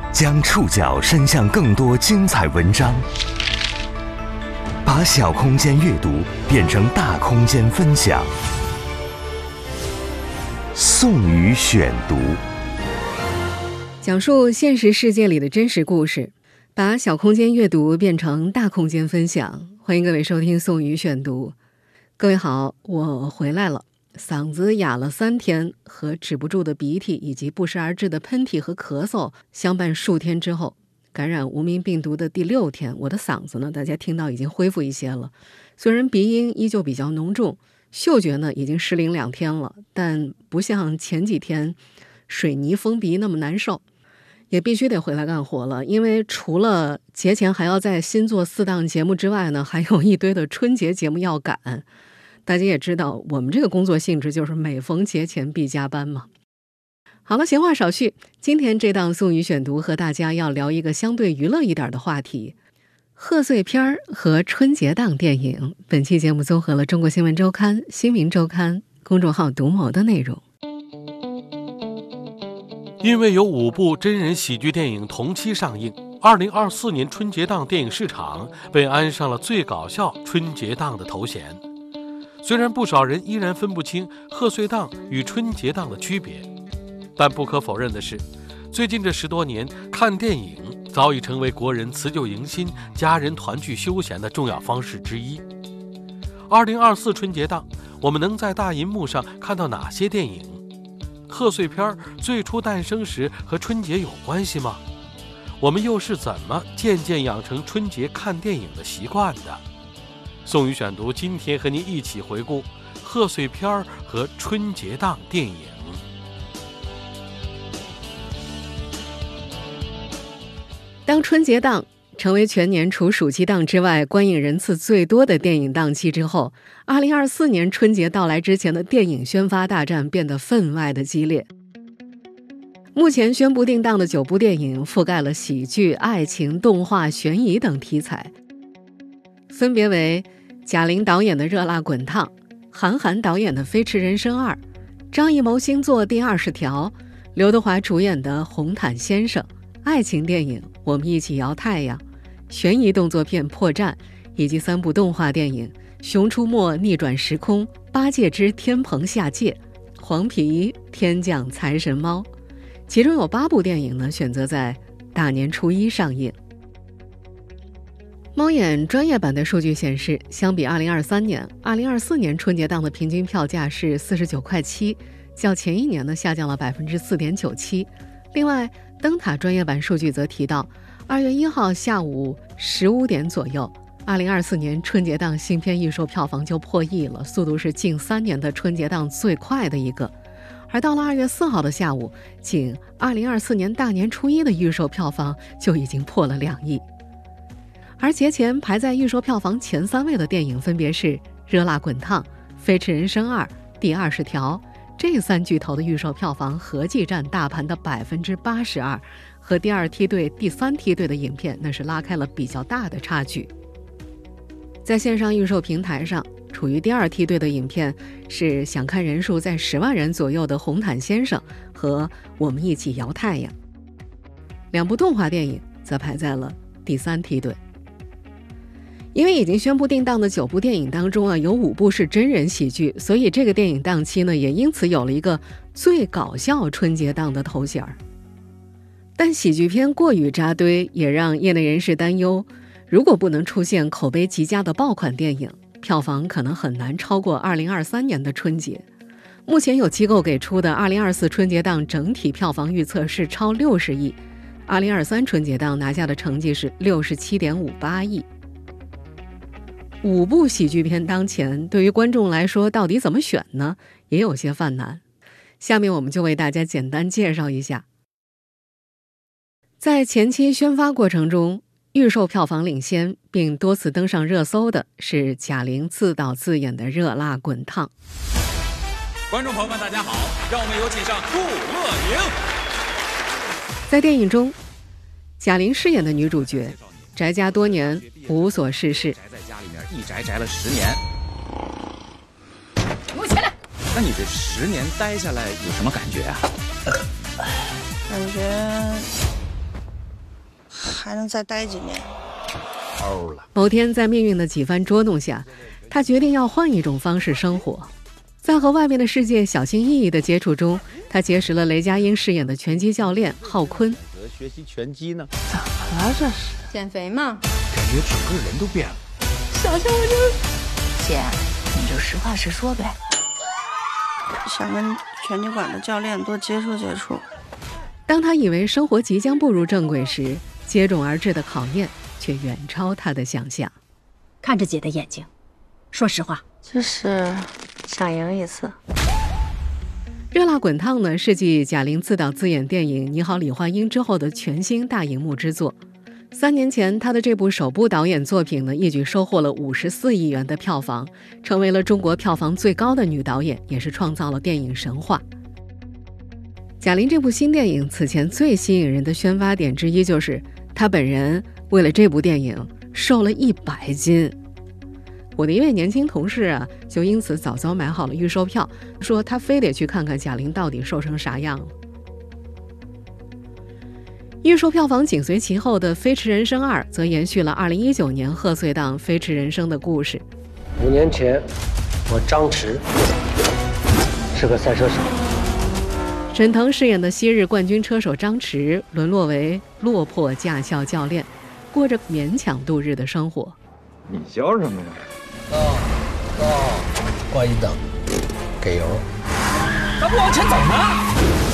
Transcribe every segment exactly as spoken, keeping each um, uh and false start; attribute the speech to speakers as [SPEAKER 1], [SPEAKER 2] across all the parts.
[SPEAKER 1] 将触角伸向更多精彩文章，把小空间阅读变成大空间分享。宋宇选读，
[SPEAKER 2] 讲述现实世界里的真实故事，把小空间阅读变成大空间分享。欢迎各位收听宋宇选读。各位好，我回来了。嗓子哑了三天，和止不住的鼻涕以及不时而至的喷嚏和咳嗽相伴数天之后，感染无名病毒的第六天，我的嗓子呢，大家听到已经恢复一些了。虽然鼻音依旧比较浓重，嗅觉呢已经失灵两天了，但不像前几天水泥封鼻那么难受。也必须得回来干活了，因为除了节前还要在新做四档节目之外呢，还有一堆的春节节目要赶。大家也知道，我们这个工作性质就是每逢节前必加班嘛。好了，闲话少叙，今天这档宋宇选读和大家要聊一个相对娱乐一点的话题，贺岁片和春节档电影。本期节目综合了中国新闻周刊、新民周刊、公众号读某的内容。
[SPEAKER 3] 因为有五部真人喜剧电影同期上映，二零二四年春节档电影市场被安上了最搞笑春节档的头衔。虽然不少人依然分不清贺岁档与春节档的区别，但不可否认的是，最近这十多年看电影早已成为国人辞旧迎新、家人团聚休闲的重要方式之一。二零二四春节档，我们能在大银幕上看到哪些电影？贺岁片最初诞生时和春节有关系吗？我们又是怎么渐渐养成春节看电影的习惯的？宋宇选读今天和您一起回顾贺岁片和春节档电影。
[SPEAKER 2] 当春节档成为全年除暑期档之外观影人次最多的电影档期之后，二零二四年春节到来之前的电影宣发大战变得分外的激烈。目前宣布定档的九部电影覆盖了喜剧、爱情、动画、悬疑等题材，分别为贾玲导演的《热辣滚烫》，韩寒导演的《飞驰人生二》，张艺谋新作《第二十条》，刘德华主演的《红毯先生》，爱情电影《我们一起摇太阳》，悬疑动作片《破绽》，以及三部动画电影《熊出没》、逆转时空、八戒之天蓬下界、黄皮、天降财神猫。其中有八部电影呢选择在大年初一上映。猫眼专业版的数据显示，相比二零二三年，二零二四年春节档的平均票价是四十九块七，较前一年呢下降了 百分之四点九七。另外，灯塔专业版数据则提到，二月一号下午十五点左右，二零二四年春节档新片预售票房就破亿了，速度是近三年的春节档最快的一个。而到了二月四号的下午，仅二零二四年大年初一的预售票房就已经破了两亿。而节前排在预售票房前三位的电影分别是《热辣滚烫》、《飞驰人生二》、《第二十条》，这三巨头的预售票房合计占大盘的 百分之八十二， 和第二梯队、第三梯队的影片那是拉开了比较大的差距。在线上预售平台上，处于第二梯队的影片是想看人数在十万人左右的《红毯先生》和《我们一起摇太阳》，两部动画电影则排在了第三梯队。因为已经宣布定档的九部电影当中啊，有五部是真人喜剧，所以这个电影档期呢，也因此有了一个最搞笑春节档的头衔。但喜剧片过于扎堆，也让业内人士担忧，如果不能出现口碑极佳的爆款电影，票房可能很难超过二零二三年的春节。目前有机构给出的二零二四春节档整体票房预测是超六十亿，二零二三春节档拿下的成绩是六十七点五八亿。五部喜剧片当前，对于观众来说到底怎么选呢？也有些犯难。下面我们就为大家简单介绍一下。在前期宣发过程中，预售票房领先并多次登上热搜的是贾玲自导自演的《热辣滚烫》。
[SPEAKER 4] 观众朋友们大家好，让我们有请上杜乐莹。
[SPEAKER 2] 在电影中，贾玲饰演的女主角宅家多年，无所事事，
[SPEAKER 4] 宅在家里面一宅宅了十年。
[SPEAKER 5] 给我起来！
[SPEAKER 4] 那你这十年待下来有什么感觉啊？
[SPEAKER 5] 感觉还能再待几年。
[SPEAKER 2] 某天，在命运的几番捉弄下，他决定要换一种方式生活。在和外面的世界小心翼翼的接触中，他结识了雷佳音饰演的拳击教练浩坤。
[SPEAKER 6] 学习拳击呢？
[SPEAKER 5] 怎么了这是？减肥嘛。
[SPEAKER 6] 感觉整个人都变了。
[SPEAKER 5] 小强，我就
[SPEAKER 7] 姐，你就实话实说呗。
[SPEAKER 5] 想跟拳击馆的教练多接触接触。
[SPEAKER 2] 当他以为生活即将步入正轨时，接踵而至的考验却远超他的想象。
[SPEAKER 7] 看着姐的眼睛，说实话，
[SPEAKER 5] 就是想赢一次。
[SPEAKER 2] 热辣滚烫呢，是继贾玲自导自演电影《你好，李焕英》之后的全新大荧幕之作。三年前，她的这部首部导演作品呢，一举收获了五十四亿元的票房，成为了中国票房最高的女导演，也是创造了电影神话。贾玲这部新电影此前最吸引人的宣发点之一，就是她本人为了这部电影瘦了一百斤。我的一位年轻同事啊，就因此早早买好了预售票，说他非得去看看贾玲到底瘦成啥样了。预售票房紧随其后的《飞驰人生二》则延续了二零一九年贺岁档《飞驰人生》的故事。
[SPEAKER 8] 五年前，我张弛是个赛车手。
[SPEAKER 2] 沈腾饰演的昔日冠军车手张弛，沦落为落魄驾校教练，过着勉强度日的生活。
[SPEAKER 9] 你教什么呀？
[SPEAKER 8] 到到，挂一等，给油。
[SPEAKER 4] 咱不往前走吗？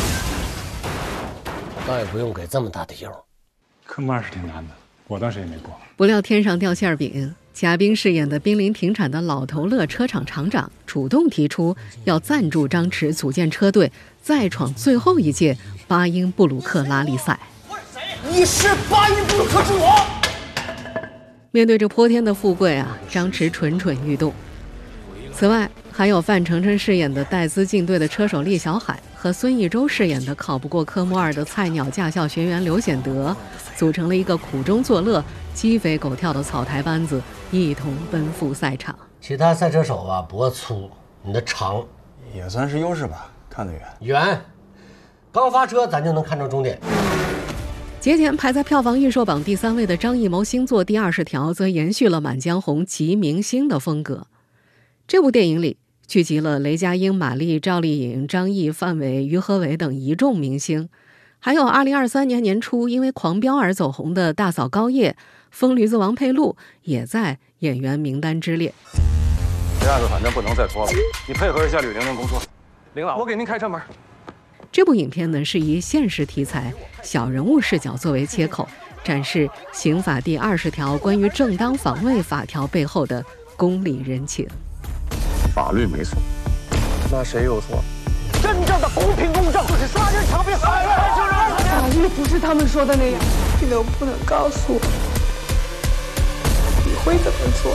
[SPEAKER 8] 倒也不用给这么大的油。
[SPEAKER 9] 科目二是挺难的，我当时也没过。
[SPEAKER 2] 不料天上掉馅饼，贾冰饰演的濒临停产的老头乐车厂厂长主动提出要赞助张弛组建车队，再闯最后一届巴音布鲁克拉力赛。
[SPEAKER 8] 你是巴音布鲁克之王。
[SPEAKER 2] 面对着泼天的富贵啊，张弛蠢蠢欲动。此外，还有范丞丞饰演的带资进队的车手厉小海和孙艺洲饰演的考不过科目二的菜鸟驾校学员刘显德，组成了一个苦中作乐、鸡飞狗跳的草台班子，一同奔赴赛场。
[SPEAKER 8] 其他赛车手啊，脖粗，你的长
[SPEAKER 9] 也算是优势吧，看得远。
[SPEAKER 8] 远，刚发车咱就能看着终点。
[SPEAKER 2] 节前排在票房预售榜第三位的张艺谋新作《第二十条》则延续了《满江红》集明星的风格。这部电影里聚集了雷佳音、马丽、赵丽颖、张译、范伟、于和伟等一众明星，还有二零二三年年初因为《狂飙》而走红的大嫂高叶、疯驴子王佩璐也在演员名单之列。
[SPEAKER 9] 这案子反正不能再拖了，你配合一下吕玲玲工作。玲老，我给您开车门。
[SPEAKER 2] 这部影片呢，是以现实题材、小人物视角作为切口，展示刑法第二十条关于正当防卫法条背后的公理人情。
[SPEAKER 9] 法律没错，那谁有错？
[SPEAKER 8] 真正的公平公正就是杀人偿命，害人还是人。
[SPEAKER 5] 法律不是他们说的那样，你能不能告诉我，你会怎么做？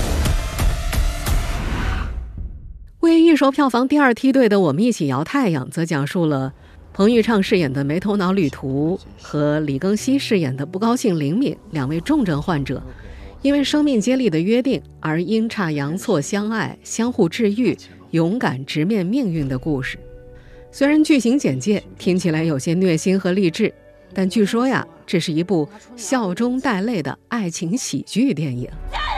[SPEAKER 2] 为预售票房第二梯队的《我们一起摇太阳》则讲述了彭昱畅饰演的没头脑旅途和李庚希饰演的不高兴灵敏两位重症患者，因为生命接力的约定而阴差阳错相爱，相互治愈，勇敢直面命运的故事。虽然剧情简介听起来有些虐心和励志，但据说呀，这是一部笑中带泪的爱情喜剧电影。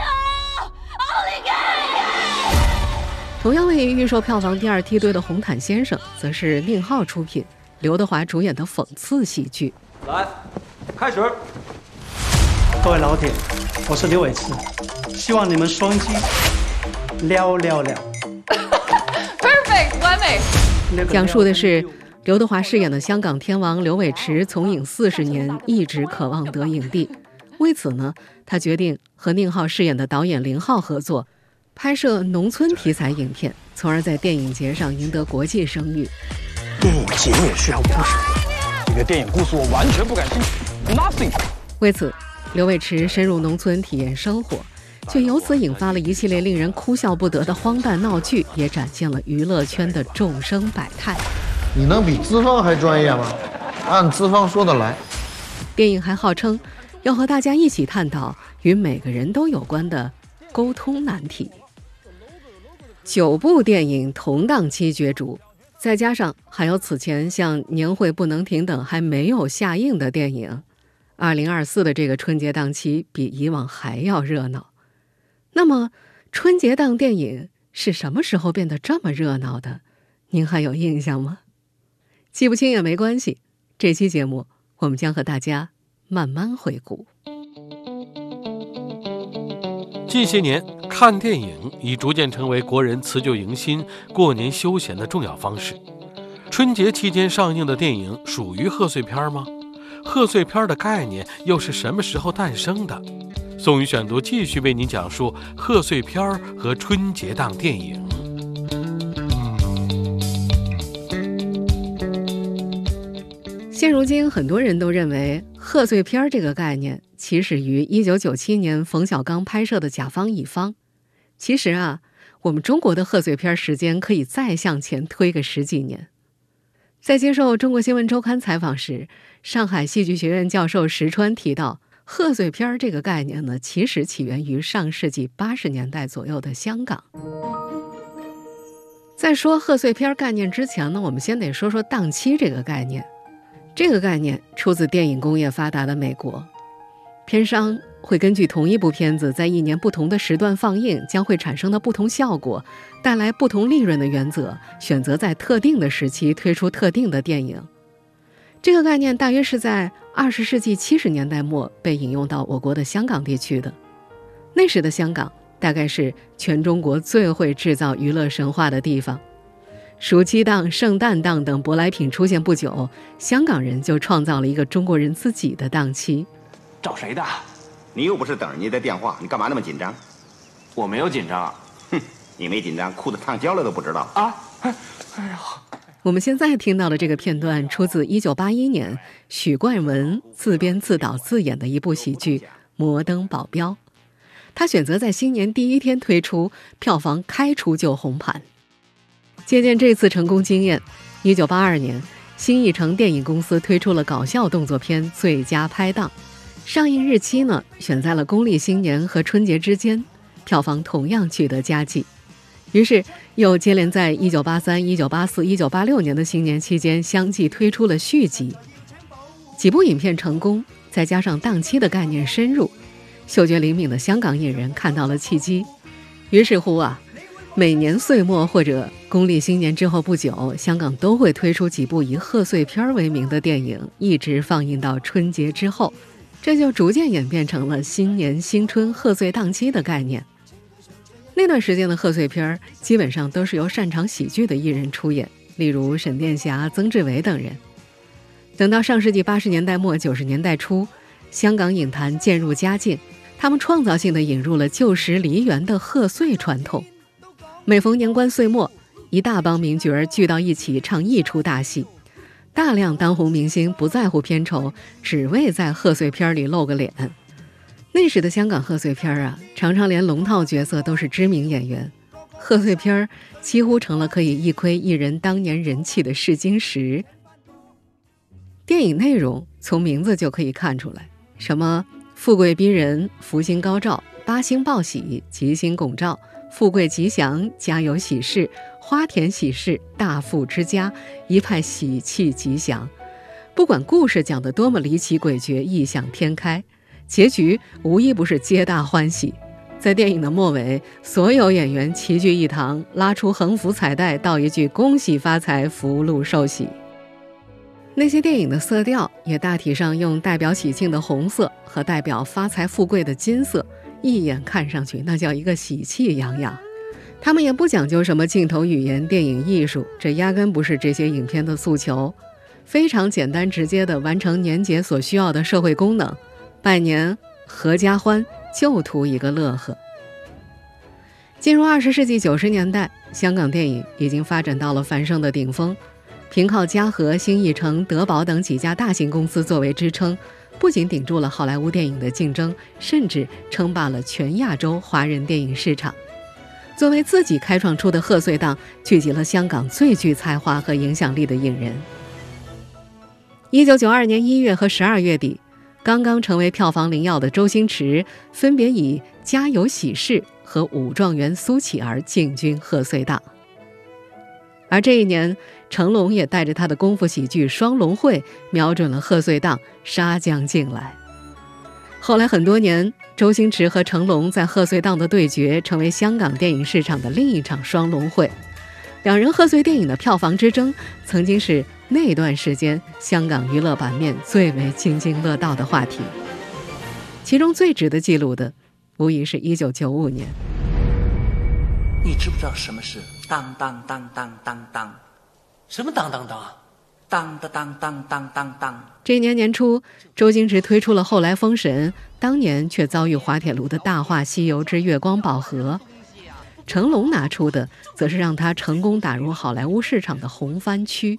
[SPEAKER 2] 同样位于预售票房第二梯队的《红毯先生》则是宁浩出品，刘德华主演的讽刺喜剧。
[SPEAKER 6] 来，开始。
[SPEAKER 10] 各位老铁，我是刘伟驰，希望你们双击撩撩撩。
[SPEAKER 5] Perfect， 完美。
[SPEAKER 2] 讲述的是刘德华饰演的香港天王刘伟驰从影四十年，一直渴望得影帝。为此呢，他决定和宁浩饰演的导演林浩合作，拍摄农村题材影片，从而在电影节上赢得国际声誉。
[SPEAKER 6] 电影节也需要故事，你的电影故事我完全不感兴趣 ，nothing。
[SPEAKER 2] 为此，刘伟驰深入农村体验生活，却由此引发了一系列令人哭笑不得的荒诞闹剧，也展现了娱乐圈的众生百态。
[SPEAKER 11] 你能比资方还专业吗？按资方说的来。
[SPEAKER 2] 电影还号称要和大家一起探讨与每个人都有关的沟通难题。九部电影同档期角逐，再加上还有此前像《年会不能停》等还没有下映的电影， 二零二四的这个春节档期比以往还要热闹。那么，春节档电影是什么时候变得这么热闹的？您还有印象吗？记不清也没关系，这期节目我们将和大家慢慢回顾。
[SPEAKER 3] 近些年，看电影已逐渐成为国人辞旧迎新、过年休闲的重要方式。春节期间上映的电影属于贺岁片吗？贺岁片的概念又是什么时候诞生的？宋宇选读继续为您讲述贺岁片和春节档电影。
[SPEAKER 2] 现如今，很多人都认为贺岁片这个概念起始于一九九七年冯小刚拍摄的《甲方乙方》。其实啊，我们中国的贺岁片时间可以再向前推个十几年。在接受中国新闻周刊采访时，上海戏剧学院教授石川提到，贺岁片这个概念呢，其实起源于上世纪八十年代左右的香港。在说贺岁片概念之前呢，我们先得说说档期这个概念。这个概念出自电影工业发达的美国，片商会根据同一部片子在一年不同的时段放映将会产生的不同效果，带来不同利润的原则，选择在特定的时期推出特定的电影。这个概念大约是在二十世纪七十年代末被引用到我国的香港地区的。那时的香港大概是全中国最会制造娱乐神话的地方。暑期档、圣诞档等舶来品出现不久，香港人就创造了一个中国人自己的档期。
[SPEAKER 12] 找谁的？
[SPEAKER 13] 你又不是等人家的电话，你干嘛那么紧张？
[SPEAKER 12] 我没有紧张啊。
[SPEAKER 13] 哼，你没紧张，裤子烫焦了都不知道
[SPEAKER 12] 啊！哎，哎呀！
[SPEAKER 2] 我们现在听到的这个片段出自一九八一年许冠文自编自导自演的一部喜剧《摩登保镖》，他选择在新年第一天推出，票房开出就红盘。借鉴这次成功经验，一九八二年，新艺城电影公司推出了搞笑动作片《最佳拍档》，上映日期呢选在了公历新年和春节之间，票房同样取得佳绩。于是又接连在一九八三、一九八四、一九八六年的新年期间相继推出了续集。几部影片成功，再加上档期的概念深入，嗅觉灵敏的香港影人看到了契机。于是乎啊，每年岁末或者公历新年之后不久，香港都会推出几部以贺岁片为名的电影，一直放映到春节之后，这就逐渐演变成了新年新春贺岁档期的概念。那段时间的贺岁片基本上都是由擅长喜剧的艺人出演，例如沈殿霞、曾志伟等人。等到上世纪八十年代末九十年代初，香港影坛渐入佳境，他们创造性地引入了旧时梨园的贺岁传统。每逢年关岁末，一大帮名角儿聚到一起唱一出大戏，大量当红明星不在乎片酬，只为在贺岁片里露个脸。那时的香港贺岁片啊，常常连龙套角色都是知名演员，贺岁片几乎成了可以一窥艺人当年人气的试金石。电影内容从名字就可以看出来，什么富贵逼人、福星高照、八星报喜、吉星拱照、富贵吉祥、家有喜事、花田喜事、大富之家，一派喜气吉祥。不管故事讲得多么离奇诡谲、异想天开，结局无一不是皆大欢喜。在电影的末尾，所有演员齐聚一堂，拉出横幅彩带，道一句恭喜发财，福禄寿喜。那些电影的色调也大体上用代表喜庆的红色和代表发财富贵的金色，一眼看上去那叫一个喜气洋洋。他们也不讲究什么镜头语言、电影艺术，这压根不是这些影片的诉求，非常简单直接地完成年节所需要的社会功能，拜年、合家欢，就图一个乐呵。进入二十世纪九十年代，香港电影已经发展到了繁盛的顶峰，凭靠嘉禾、新艺城、德宝等几家大型公司作为支撑，不仅顶住了好莱坞电影的竞争，甚至称霸了全亚洲华人电影市场。作为自己开创出的贺岁档，聚集了香港最具才华和影响力的影人。一九九二年一月和十二月底，刚刚成为票房灵药的周星驰，分别以《家有喜事》和《武状元苏乞儿》进军贺岁档。而这一年，成龙也带着他的功夫喜剧《双龙会》瞄准了贺岁档，杀将进来。 后来很多年，周星驰和成龙在贺岁档的对决成为香港电影市场的另一场双龙会。两人贺岁电影的票房之争，曾经是那段时间香港娱乐版面最为津津乐道的话题。其中最值得记录的，无疑是一九九五年。
[SPEAKER 14] 你知不知道什么是当当当当当当？
[SPEAKER 15] 什么当当当？
[SPEAKER 14] 当当当当当当当。
[SPEAKER 2] 这年年初，周星驰推出了《后来封神》，当年却遭遇滑铁卢的《大话西游之月光宝盒》。成龙拿出的，则是让他成功打入好莱坞市场的《红番区》。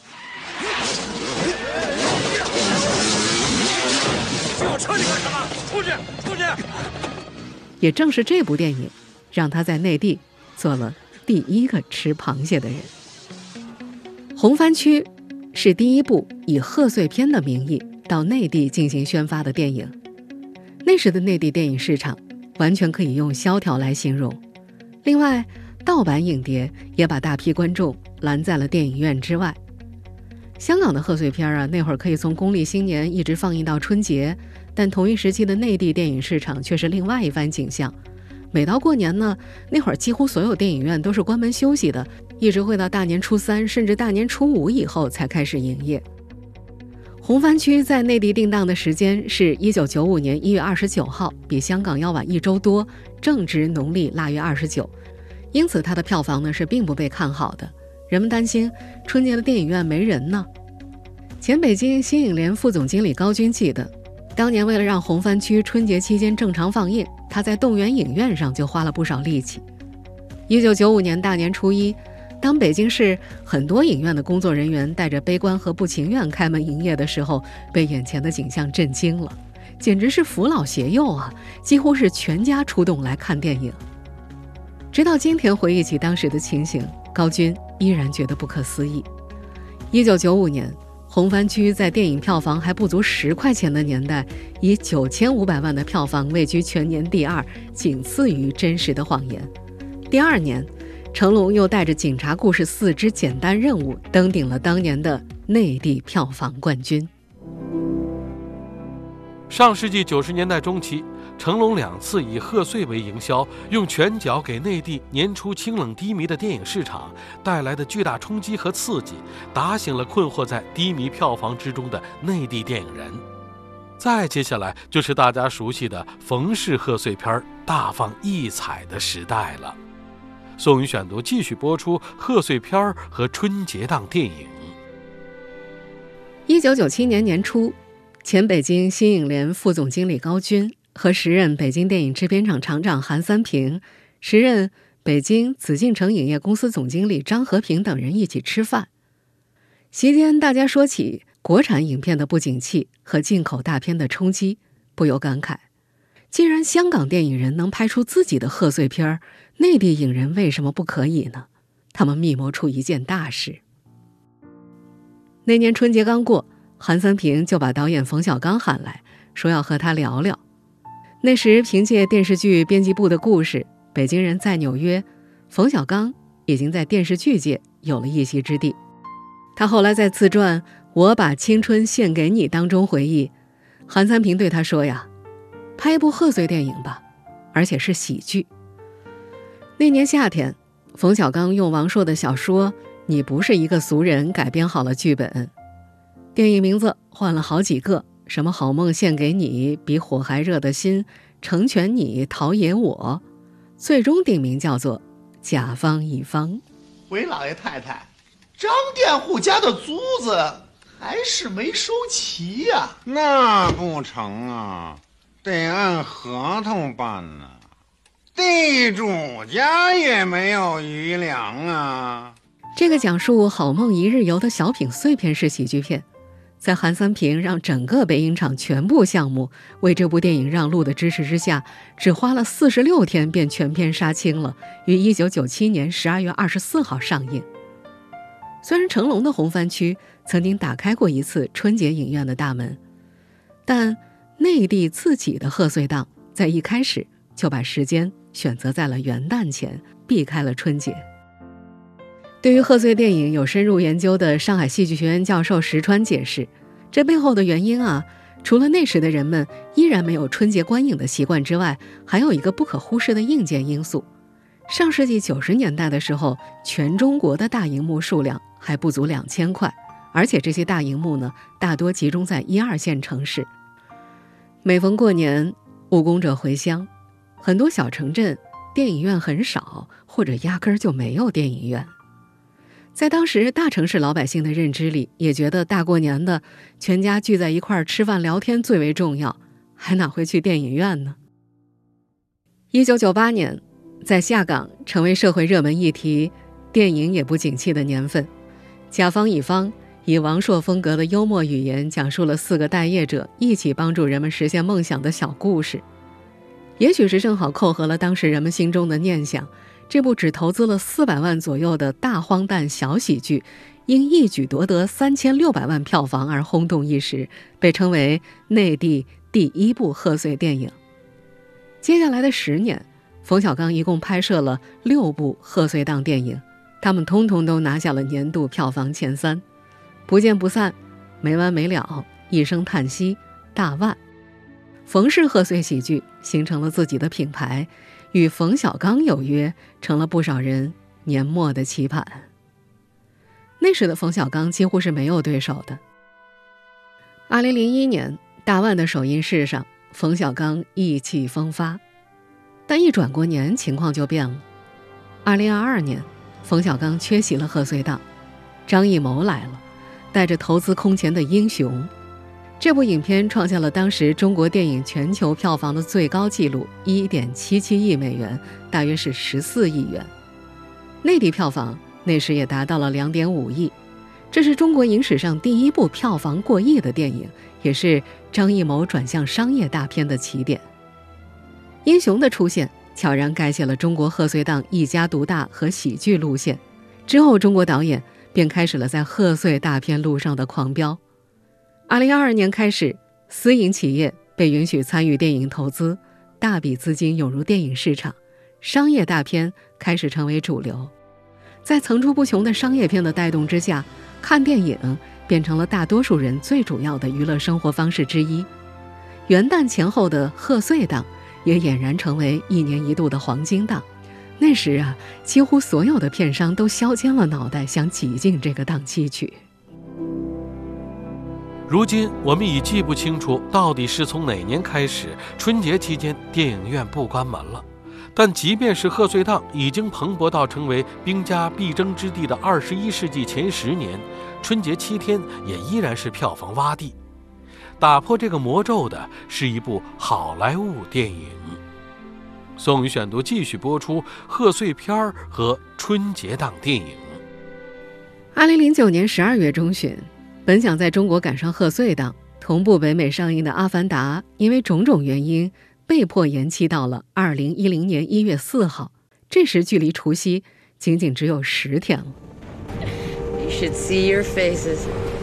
[SPEAKER 16] 我车里干什么？出去！出去！
[SPEAKER 2] 也正是这部电影，让他在内地做了第一个吃螃蟹的人。《红番区》是第一部以贺岁片的名义到内地进行宣发的电影。那时的内地电影市场完全可以用萧条来形容。另外，盗版影碟也把大批观众拦在了电影院之外。香港的贺岁片啊，那会儿可以从公历新年一直放映到春节，但同一时期的内地电影市场却是另外一番景象。每到过年呢，那会儿几乎所有电影院都是关门休息的，一直会到大年初三甚至大年初五以后才开始营业。红番区在内地定档的时间是一九九五年一月二十九号，比香港要晚一周多，正值农历腊月二十九，因此它的票房呢是并不被看好的。人们担心春节的电影院没人呢。前北京新影联副总经理高军记得，当年为了让红番区春节期间正常放映，他在动员影院上就花了不少力气。一九九五年大年初一，当北京市很多影院的工作人员带着悲观和不情愿开门营业的时候，被眼前的景象震惊了，简直是扶老携幼啊，几乎是全家出动来看电影。直到今天回忆起当时的情形，高军依然觉得不可思议。一九九五年，红番区在电影票房还不足十块钱的年代，以九千五百万的票房位居全年第二，仅次于《真实的谎言》。第二年，成龙又带着《警察故事四之简单任务》登顶了当年的内地票房冠军。
[SPEAKER 3] 上世纪九十年代中期，成龙两次以贺岁为营销，用拳脚给内地年初清冷低迷的电影市场带来的巨大冲击和刺激，打醒了困惑在低迷票房之中的内地电影人。再接下来就是大家熟悉的冯氏贺岁片大放异彩的时代了。宋宇选读继续播出贺岁片和春节档电影。
[SPEAKER 2] 一九九七年年初，前北京新影联副总经理高军和时任北京电影制片厂厂长韩三平，时任北京紫禁城影业公司总经理张和平等人一起吃饭。席间大家说起国产影片的不景气和进口大片的冲击，不由感慨，既然香港电影人能拍出自己的贺岁片，内地影人为什么不可以呢？他们密谋出一件大事。那年春节刚过，韩三平就把导演冯小刚喊来，说要和他聊聊。那时凭借电视剧编辑部的故事《北京人在纽约》，冯小刚已经在电视剧界有了一席之地。他后来在自传《我把青春献给你》当中回忆，韩三平对他说呀，拍一部贺岁电影吧，而且是喜剧。那年夏天，冯小刚用王朔的小说《你不是一个俗人》改编好了剧本，电影名字换了好几个，什么好梦献给你，比火还热的心，成全你，陶冶我，最终定名叫做甲方乙方。
[SPEAKER 11] 回老爷太太，张佃户家的租子还是没收齐呀、啊？
[SPEAKER 17] 那不成啊，得按合同办呢、啊。地主家也没有余粮啊。
[SPEAKER 2] 这个讲述好梦一日游的小品碎片式喜剧片，在韩三平让整个北影厂全部项目为这部电影让路的支持之下，只花了四十六天便全片杀青了，于一九九七年十二月二十四号上映。虽然成龙的红番区曾经打开过一次春节影院的大门，但内地自己的贺岁档在一开始就把时间选择在了元旦前，避开了春节。对于贺岁电影有深入研究的上海戏剧学院教授石川解释，这背后的原因啊， 除了那时的人们依然没有春节观影的习惯之外，还有一个不可忽视的硬件因素。上世纪九十年代的时候，全中国的大荧幕数量还不足两千块，而且这些大荧幕呢，大多集中在一二线城市。每逢过年，务工者回乡，很多小城镇电影院很少，或者压根儿就没有电影院。在当时大城市老百姓的认知里，也觉得大过年的全家聚在一块儿吃饭聊天最为重要，还哪会去电影院呢？一九九八年，在下岗成为社会热门议题，电影也不景气的年份，甲方乙方以王朔风格的幽默语言讲述了四个待业者一起帮助人们实现梦想的小故事。也许是正好扣合了当时人们心中的念想，这部只投资了四百万左右的大荒诞小喜剧，因一举夺得三千六百万票房而轰动一时，被称为内地第一部贺岁电影。接下来的十年，冯小刚一共拍摄了六部贺岁档电影，他们通通都拿下了年度票房前三。不见不散、没完没了、一声叹息、大腕，冯氏贺岁喜剧形成了自己的品牌，与冯小刚有约，成了不少人年末的期盼。那时的冯小刚几乎是没有对手的。二零零一年，大腕的首映式上，冯小刚意气风发，但一转过年，情况就变了。二零二二年，冯小刚缺席了贺岁档，张艺谋来了，带着投资空前的《英雄》。这部影片创下了当时中国电影全球票房的最高纪录 一点七七亿美元，大约是十四亿元。内地票房那时也达到了 两点五亿，这是中国影史上第一部票房过亿的电影，也是张艺谋转向商业大片的起点。英雄的出现悄然改写了中国贺岁档一家独大和喜剧路线，之后中国导演便开始了在贺岁大片路上的狂飙。二零二二年开始，私营企业被允许参与电影投资，大笔资金涌入电影市场，商业大片开始成为主流。在层出不穷的商业片的带动之下，看电影变成了大多数人最主要的娱乐生活方式之一。元旦前后的贺岁档也俨然成为一年一度的黄金档。那时啊，几乎所有的片商都削尖了脑袋想挤进这个档期去。
[SPEAKER 3] 如今我们已记不清楚到底是从哪年开始，春节期间电影院不关门了。但即便是贺岁档已经蓬勃到成为兵家必争之地的二十一世纪前十年，春节七天也依然是票房洼地。打破这个魔咒的是一部好莱坞电影。宋宇选读继续播出贺岁片和春节档电影。
[SPEAKER 2] 二零零九年十二月中旬，本想在中国赶上贺岁档，同步北美上映的《阿凡达》因为种种原因被迫延期到了二零一零年一月四号，这时距离除夕仅仅只有十天了。
[SPEAKER 15] You should see your faces.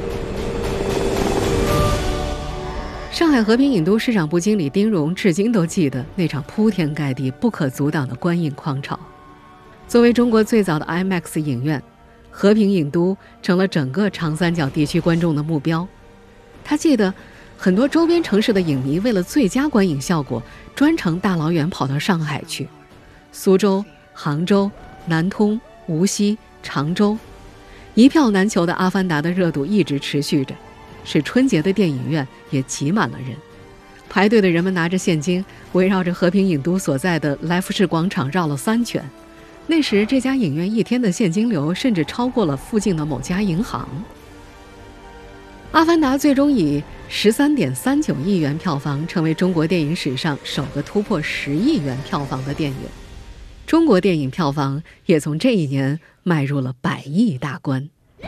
[SPEAKER 2] 上海和平影都市场部经理丁荣至今都记得那场铺天盖地、不可阻挡的观影狂潮。作为中国最早的 IMAX 影院，和平影都成了整个长三角地区观众的目标。他记得很多周边城市的影迷为了最佳观影效果，专程大老远跑到上海去。苏州、杭州、南通、无锡、常州，一票难求的《阿凡达》的热度一直持续着，使春节的电影院也挤满了人。排队的人们拿着现金，围绕着和平影都所在的来福士广场绕了三圈。那时这家影院一天的现金流甚至超过了附近的某家银行。阿凡达最终以 十三点三九亿元票房成为中国电影史上首个突破十亿元票房的电影，中国电影票房也从这一年迈入了百亿大关。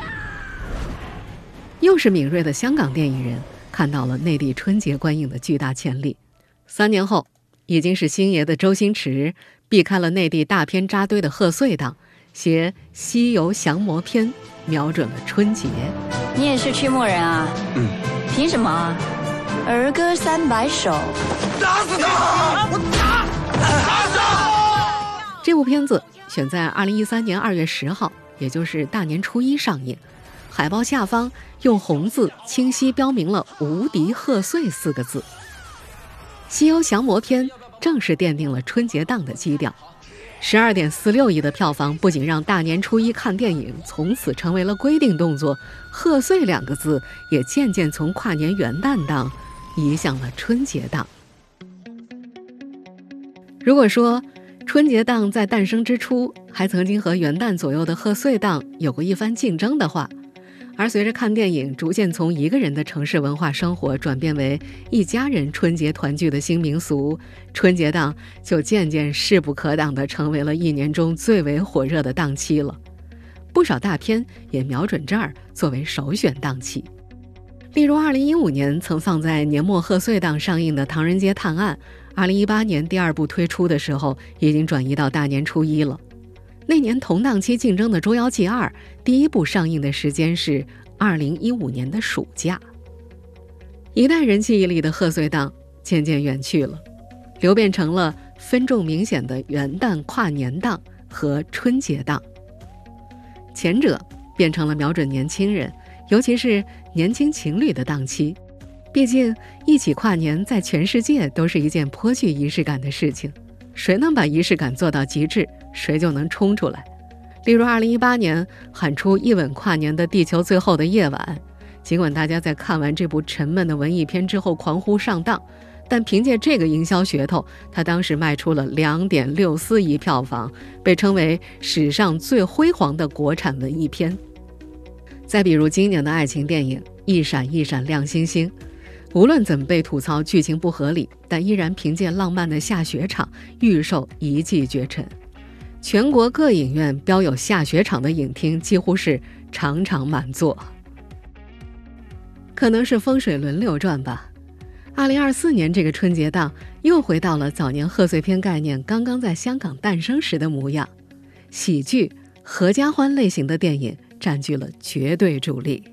[SPEAKER 2] 又是敏锐的香港电影人看到了内地春节观影的巨大潜力。三年后，已经是星爷的周星驰避开了内地大片扎堆的贺岁档，携《西游降魔篇》瞄准了春节。
[SPEAKER 7] 你也是驱魔人啊？
[SPEAKER 17] 嗯。
[SPEAKER 7] 凭什么？儿歌三百首。
[SPEAKER 16] 打死他！我打！打死他！
[SPEAKER 2] 这部片子选在二零一三年二月十号，也就是大年初一上映。 海报下方用红字清晰标明了“无敌贺岁”四个字。《西游降魔篇》正式奠定了春节档的基调。十二点四六亿的票房不仅让大年初一看电影从此成为了规定动作，贺岁两个字也渐渐从跨年元旦档移向了春节档。如果说春节档在诞生之初还曾经和元旦左右的贺岁档有过一番竞争的话，而随着看电影逐渐从一个人的城市文化生活转变为一家人春节团聚的新民俗，春节档就渐渐势不可挡地成为了一年中最为火热的档期了。不少大片也瞄准这儿作为首选档期。例如二零一五年曾放在年末贺岁档上映的《唐人街探案》，二零一八年第二部推出的时候已经转移到大年初一了。那年同档期竞争的《捉妖记二》第一部上映的时间是二零一五年的暑假。一代人记忆里的贺岁档渐渐远去了，流变成了分众明显的元旦跨年档和春节档。前者变成了瞄准年轻人，尤其是年轻情侣的档期。毕竟一起跨年在全世界都是一件颇具仪式感的事情，谁能把仪式感做到极致，谁就能冲出来。例如二零一八年喊出一吻跨年的《地球最后的夜晚》，尽管大家在看完这部沉闷的文艺片之后狂呼上当，但凭借这个营销噱头，它当时卖出了 两点六四亿票房，被称为史上最辉煌的国产文艺片。再比如今年的爱情电影《一闪一闪亮星星》，无论怎么被吐槽剧情不合理，但依然凭借浪漫的下雪场预售一骑绝尘。全国各影院标有下雪场的影厅几乎是场场满座。可能是风水轮流转吧，二零二四年这个春节档又回到了早年贺岁片概念刚刚在香港诞生时的模样，喜剧、合家欢类型的电影占据了绝对主力。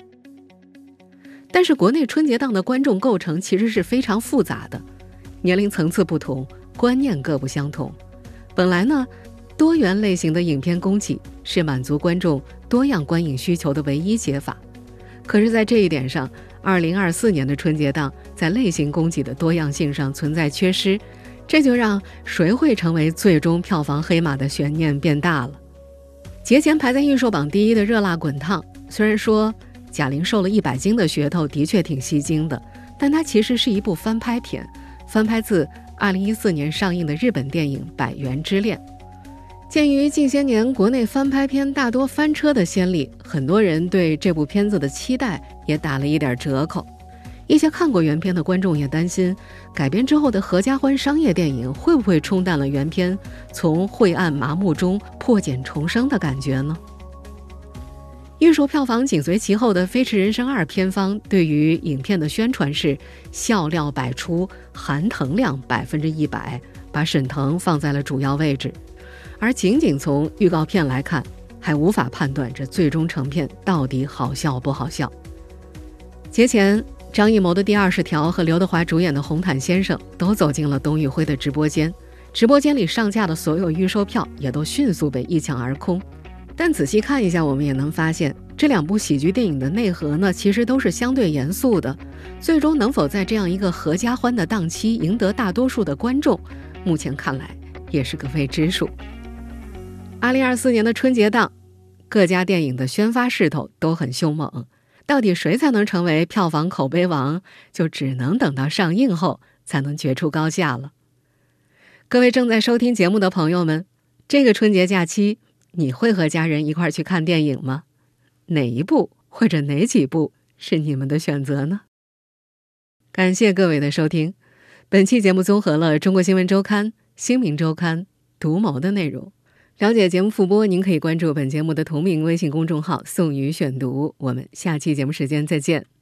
[SPEAKER 2] 但是国内春节档的观众构成其实是非常复杂的，年龄层次不同，观念各不相同。本来呢，多元类型的影片供给是满足观众多样观影需求的唯一解法。可是在这一点上，二零二四年的春节档在类型供给的多样性上存在缺失，这就让谁会成为最终票房黑马的悬念变大了。节前排在预售榜第一的《热辣滚烫》，虽然说贾玲瘦了一百斤的噱头的确挺吸睛的，但它其实是一部翻拍片，翻拍自二零一四年上映的日本电影《百元之恋》。鉴于近些年国内翻拍片大多翻车的先例，很多人对这部片子的期待也打了一点折扣。一些看过原片的观众也担心，改编之后的合家欢商业电影会不会冲淡了原片从晦暗麻木中破茧重生的感觉呢？预售票房紧随其后的《飞驰人生二》片方对于影片的宣传是笑料百出，含腾量百分之一百，把沈腾放在了主要位置。而仅仅从预告片来看，还无法判断这最终成片到底好笑不好笑。节前，张艺谋的《第二十条》和刘德华主演的《红毯先生》都走进了董宇辉的直播间，直播间里上架的所有预售票也都迅速被一抢而空。但仔细看一下，我们也能发现，这两部喜剧电影的内核呢，其实都是相对严肃的。最终能否在这样一个合家欢的档期赢得大多数的观众，目前看来也是个未知数。二零二四年的春节档，各家电影的宣发势头都很凶猛，到底谁才能成为票房口碑王，就只能等到上映后才能决出高下了。各位正在收听节目的朋友们，这个春节假期你会和家人一块去看电影吗？哪一部或者哪几部是你们的选择呢？感谢各位的收听，本期节目综合了中国新闻周刊、新民周刊、读谋的内容。了解节目复播，您可以关注本节目的同名微信公众号“宋宇选读”。我们下期节目时间再见。